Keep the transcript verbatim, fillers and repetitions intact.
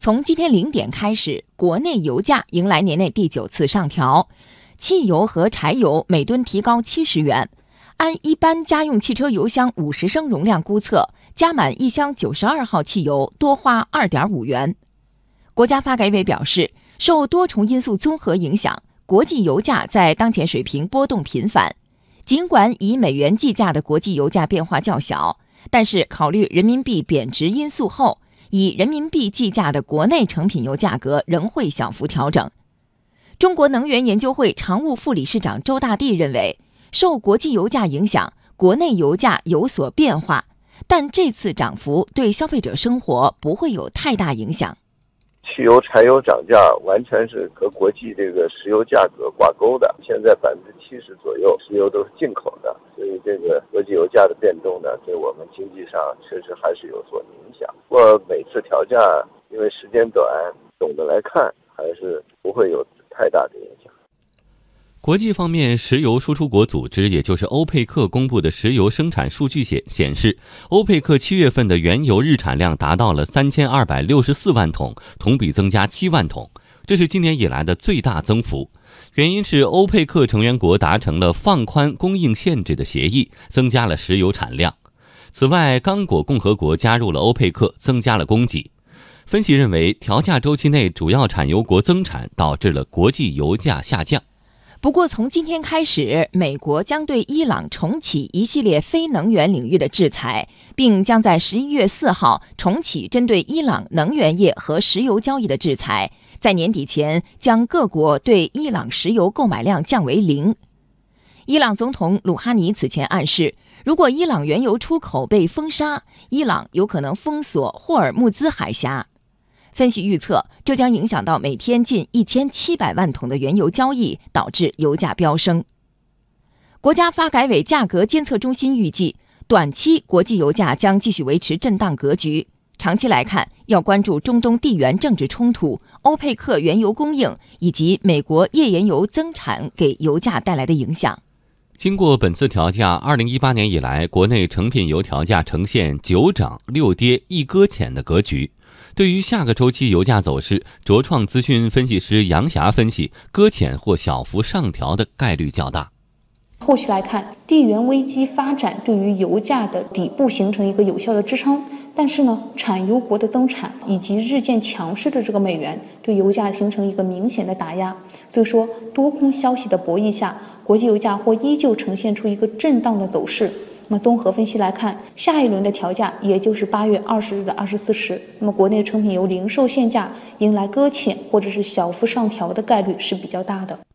从今天零点开始，国内油价迎来年内第九次上调，汽油和柴油每吨提高七十元。按一般家用汽车油箱五十升容量估测，加满一箱九十二号汽油多花二点五元。国家发改委表示，受多重因素综合影响，国际油价在当前水平波动频繁。尽管以美元计价的国际油价变化较小，但是考虑人民币贬值因素后，以人民币计价的国内成品油价格仍会小幅调整。中国能源研究会常务副理事长周大地认为，受国际油价影响，国内油价有所变化，但这次涨幅对消费者生活不会有太大影响。 汽油、柴油涨价完全是和国际这个石油价格挂钩的，现在百分之七十左右石油都是进口的，所以这个国际油价的变动呢，对我们经济上确实还是有所影响。不过每次调价因为时间短，总的来看还是不会有太大的影响。 国际方面，石油输出国组织也就是欧佩克公布的石油生产数据显显示，欧佩克七月份的原油日产量达到了三千二百六十四万桶，同比增加七万桶，这是今年以来的最大增幅。原因是欧佩克成员国达成了放宽供应限制的协议，增加了石油产量。此外，刚果共和国加入了欧佩克，增加了供给。分析认为，调价周期内主要产油国增产，导致了国际油价下降。 不过，从今天开始，美国将对伊朗重启一系列非能源领域的制裁，并将在十一月四号重启针对伊朗能源业和石油交易的制裁，在年底前将各国对伊朗石油购买量降为零。伊朗总统鲁哈尼此前暗示，如果伊朗原油出口被封杀，伊朗有可能封锁霍尔木兹海峡。分析预测，这将影响到每天近一千七百万桶的原油交易，导致油价飙升。国家发改委价格监测中心预计，短期国际油价将继续维持震荡格局，长期来看，要关注中东地缘政治冲突、欧佩克原油供应以及美国页岩油增产给油价带来的影响。 经过本次调价，二零一八年以来，国内成品油调价呈现九涨六跌一搁浅的格局。对于下个周期油价走势，卓创资讯分析师杨霞分析，搁浅或小幅上调的概率较大。 后续来看，地缘危机发展对于油价的底部形成一个有效的支撑，但是呢，产油国的增产以及日渐强势的这个美元对油价形成一个明显的打压，所以说多空消息的博弈下，国际油价或依旧呈现出一个震荡的走势。那么综合分析来看，下一轮的调价也就是八月二十日的二十四时，那么国内成品油零售限价迎来搁浅或者是小幅上调的概率是比较大的。